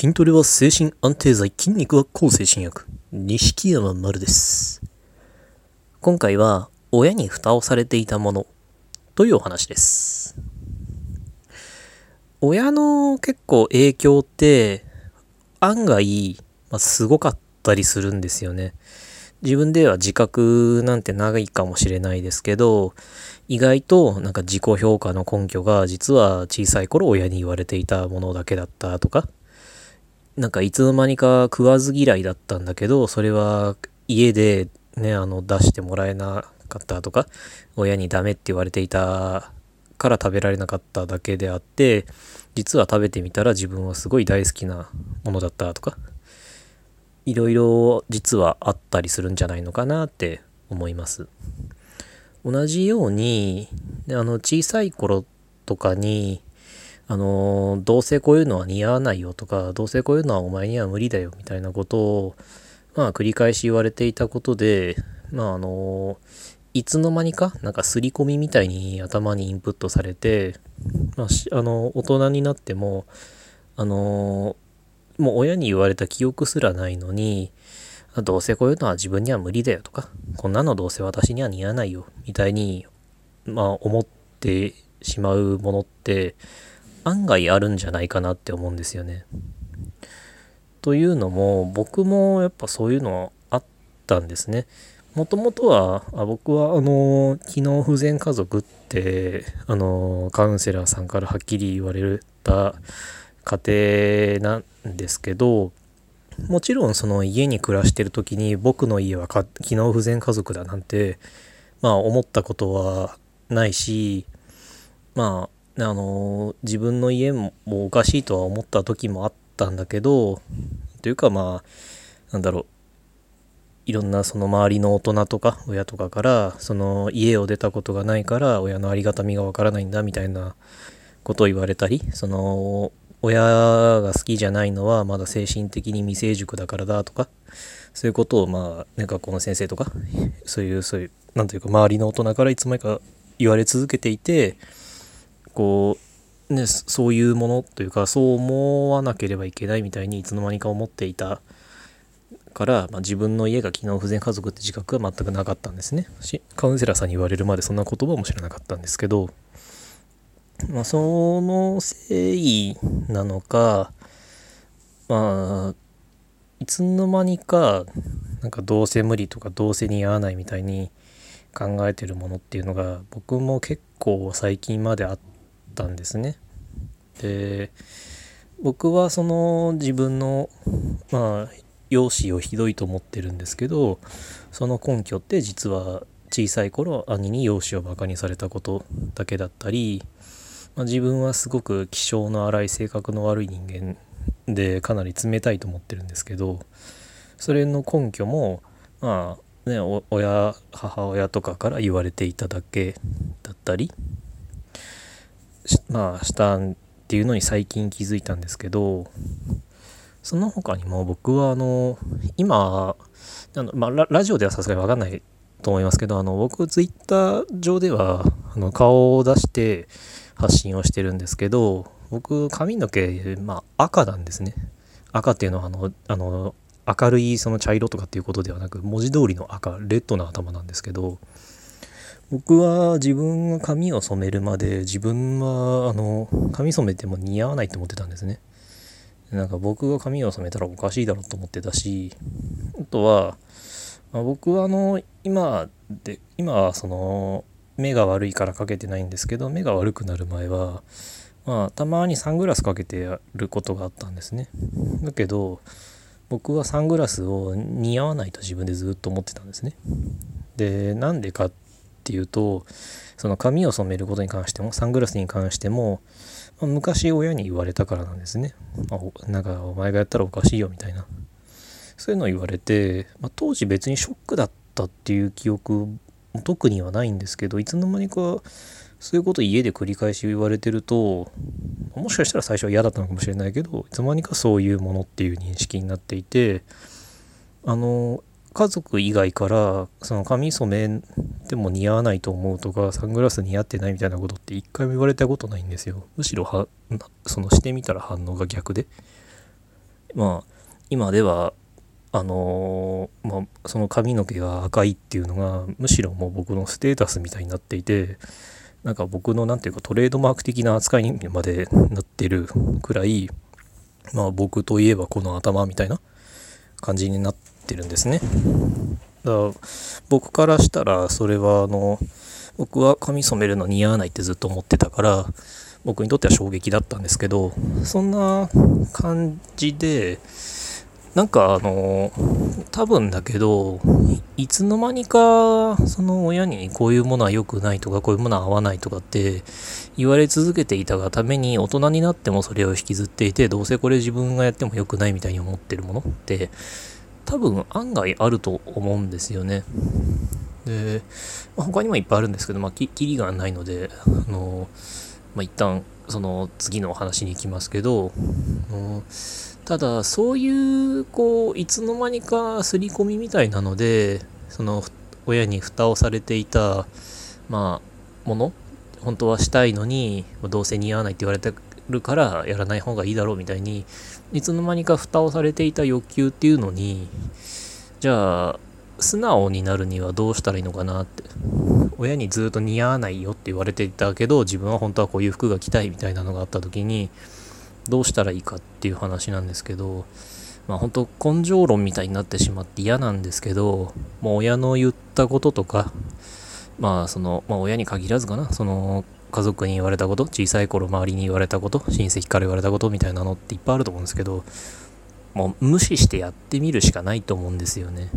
筋トレは精神安定剤、筋肉は抗精神薬。錦山丸です。今回は親に蓋をされていたものというお話です。親の結構影響って案外、すごかったりするんですよね。自分では自覚なんてないかもしれないですけど、意外と自己評価の根拠が実は小さい頃親に言われていたものだけだったとか、いつの間にか食わず嫌いだったんだけど、それは家でね、出してもらえなかったとか、親にダメって言われていたから食べられなかっただけであって、実は食べてみたら自分はすごい大好きなものだったとか、いろいろ実はあったりするんじゃないのかなって思います。同じように、小さい頃とかに、どうせこういうのは似合わないよとか、どうせこういうのはお前には無理だよみたいなことを、繰り返し言われていたことで、いつの間にか、刷り込みみたいに頭にインプットされて、大人になっても、もう親に言われた記憶すらないのに、どうせこういうのは自分には無理だよとか、こんなのどうせ私には似合わないよみたいに、思ってしまうものって、案外あるんじゃないかなって思うんですよね。というのも僕もやっぱそういうのあったんですね。もともとは僕は機能不全家族ってカウンセラーさんからはっきり言われた家庭なんですけど、もちろんその家に暮らしてる時に僕の家は機能不全家族だなんて思ったことはないし、自分の家もおかしいとは思った時もあったんだけど、というかいろんなその周りの大人とか親とかからその家を出たことがないから親のありがたみがわからないんだみたいなことを言われたり、その親が好きじゃないのはまだ精神的に未成熟だからだとか、そういうことを学校の先生とかそういうなんというか周りの大人からいつまでか言われ続けていて、そういうものというかそう思わなければいけないみたいにいつの間にか思っていたから、自分の家が機能不全家族って自覚は全くなかったんですね。カウンセラーさんに言われるまでそんな言葉も知らなかったんですけど、そのせいなのか、いつの間にかどうせ無理とかどうせ似合わないみたいに考えてるものっていうのが僕も結構最近まであったんですね。で、僕はその自分の容姿をひどいと思ってるんですけど、その根拠って実は小さい頃兄に容姿をバカにされたことだけだったり、自分はすごく気性の荒い性格の悪い人間でかなり冷たいと思ってるんですけど、それの根拠も母親とかから言われていただけだったりしたっていうのに最近気づいたんですけど、その他にも僕は今ラジオではさすがに分かんないと思いますけど、僕ツイッター上では顔を出して発信をしてるんですけど、僕髪の毛赤なんですね。赤っていうのは明るいその茶色とかっていうことではなく、文字通りの赤、レッドな頭なんですけど、僕は自分が髪を染めるまで自分は髪染めても似合わないと思ってたんですね。僕が髪を染めたらおかしいだろうと思ってたし、あとは、僕は今はその目が悪いからかけてないんですけど、目が悪くなる前はたまにサングラスかけてやることがあったんですね。だけど僕はサングラスを似合わないと自分でずっと思ってたんですね。で、なんでかっていうと、その髪を染めることに関してもサングラスに関しても、昔親に言われたからなんですね。お前がやったらおかしいよみたいな、そういうのを言われて、当時別にショックだったっていう記憶特にはないんですけど、いつの間にかそういうことを家で繰り返し言われてると、もしかしたら最初は嫌だったのかもしれないけど、いつの間にかそういうものっていう認識になっていて、家族以外からその髪染めても似合わないと思うとか、サングラス似合ってないみたいなことって一回も言われたことないんですよ。むしろそのしてみたら反応が逆で、 まあ今ではその髪の毛が赤いっていうのがむしろもう僕のステータスみたいになっていて、なんか僕のなんていうかトレードマーク的な扱いにまでなってるくらい、僕といえばこの頭みたいな感じになってるんですね。だから僕からしたらそれは僕は髪染めるの似合わないってずっと思ってたから、僕にとっては衝撃だったんですけど、そんな感じで、なんか多分だけど、いつの間にかその親にこういうものは良くないとかこういうものは合わないとかって言われ続けていたがために、大人になってもそれを引きずっていて、どうせこれ自分がやっても良くないみたいに思ってるものって多分案外あると思うんですよね。で、他にもいっぱいあるんですけど、キリがないので一旦その次のお話に行きますけど、ただそういういつの間にか刷り込みみたいなので、その親に蓋をされていたもの、本当はしたいのにどうせ似合わないって言われてるからやらない方がいいだろうみたいに、いつの間にか蓋をされていた欲求っていうのに、じゃあ素直になるにはどうしたらいいのかなって。親にずっと似合わないよって言われていたけど、自分は本当はこういう服が着たいみたいなのがあった時にどうしたらいいかっていう話なんですけど、本当根性論みたいになってしまって嫌なんですけど、もう親の言ったこととか、親に限らずかな、その家族に言われたこと、小さい頃周りに言われたこと、親戚から言われたことみたいなのっていっぱいあると思うんですけど、もう無視してやってみるしかないと思うんですよね。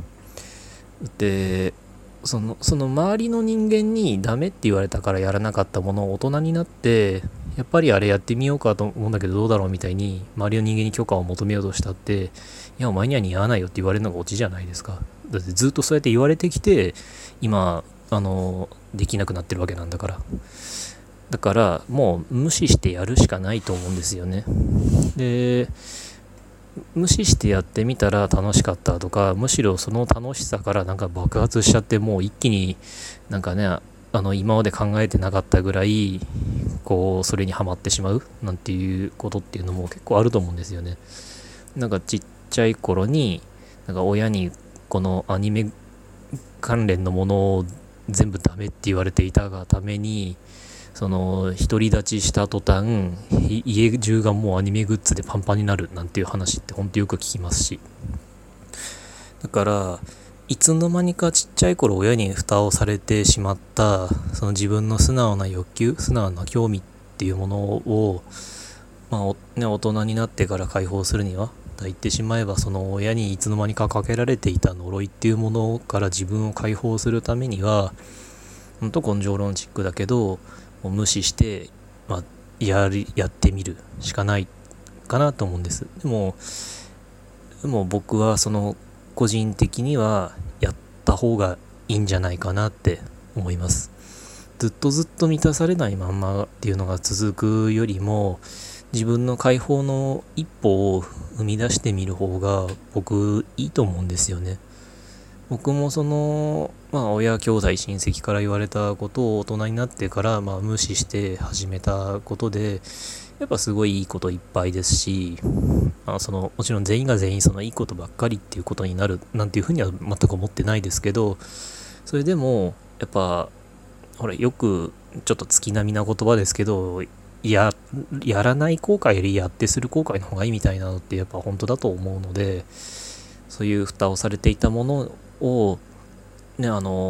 で、その周りの人間にダメって言われたからやらなかったものを大人になってやっぱりあれやってみようかと思うんだけどどうだろうみたいに周りの人間に許可を求めようとしたって、いやお前には似合わないよって言われるのがオチじゃないですか。だってずっとそうやって言われてきて今できなくなってるわけなんだから。だからもう無視してやるしかないと思うんですよね。で、無視してやってみたら楽しかったとか、むしろその楽しさからなんか爆発しちゃって、もう一気になんかね、今まで考えてなかったぐらいそれにはまってしまうなんていうことっていうのも結構あると思うんですよね。なんかちっちゃい頃になんか親にこのアニメ関連のものを全部ダメって言われていたがために、その独り立ちした途端家中がもうアニメグッズでパンパンになるなんていう話ってほんとよく聞きますし、だからいつの間にかちっちゃい頃親に蓋をされてしまったその自分の素直な欲求、素直な興味っていうものを、大人になってから解放するには、言ってしまえばその親にいつの間にかかけられていた呪いっていうものから自分を解放するためには、ほんと根性論チックだけどもう無視して、やってみるしかないかなと思うんです。でも僕はその個人的にはやった方がいいんじゃないかなって思います。ずっと満たされないまんまっていうのが続くよりも、自分の解放の一歩を生み出してみる方が僕いいと思うんですよね。僕も親兄弟親戚から言われたことを大人になってから無視して始めたことで、やっぱすごいいいこといっぱいですし、もちろん全員が全員そのいいことばっかりっていうことになるなんていうふうには全く思ってないですけど、それでもやっぱよくちょっと月並みな言葉ですけど、やらない後悔よりやってする後悔の方がいいみたいなのってやっぱ本当だと思うので、そういう蓋をされていたものをね、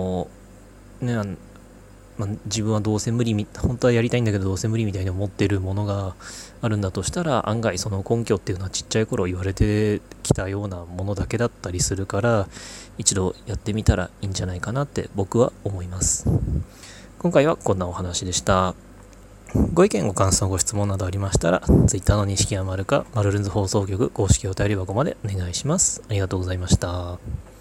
自分はどうせ無理本当はやりたいんだけどどうせ無理みたいに思ってるものがあるんだとしたら、案外その根拠っていうのはちっちゃい頃言われてきたようなものだけだったりするから、一度やってみたらいいんじゃないかなって僕は思います。今回はこんなお話でした。ご意見ご感想ご質問などありましたら Twitter の錦山丸かマルルンズ放送局公式お便り箱までお願いします。ありがとうございました。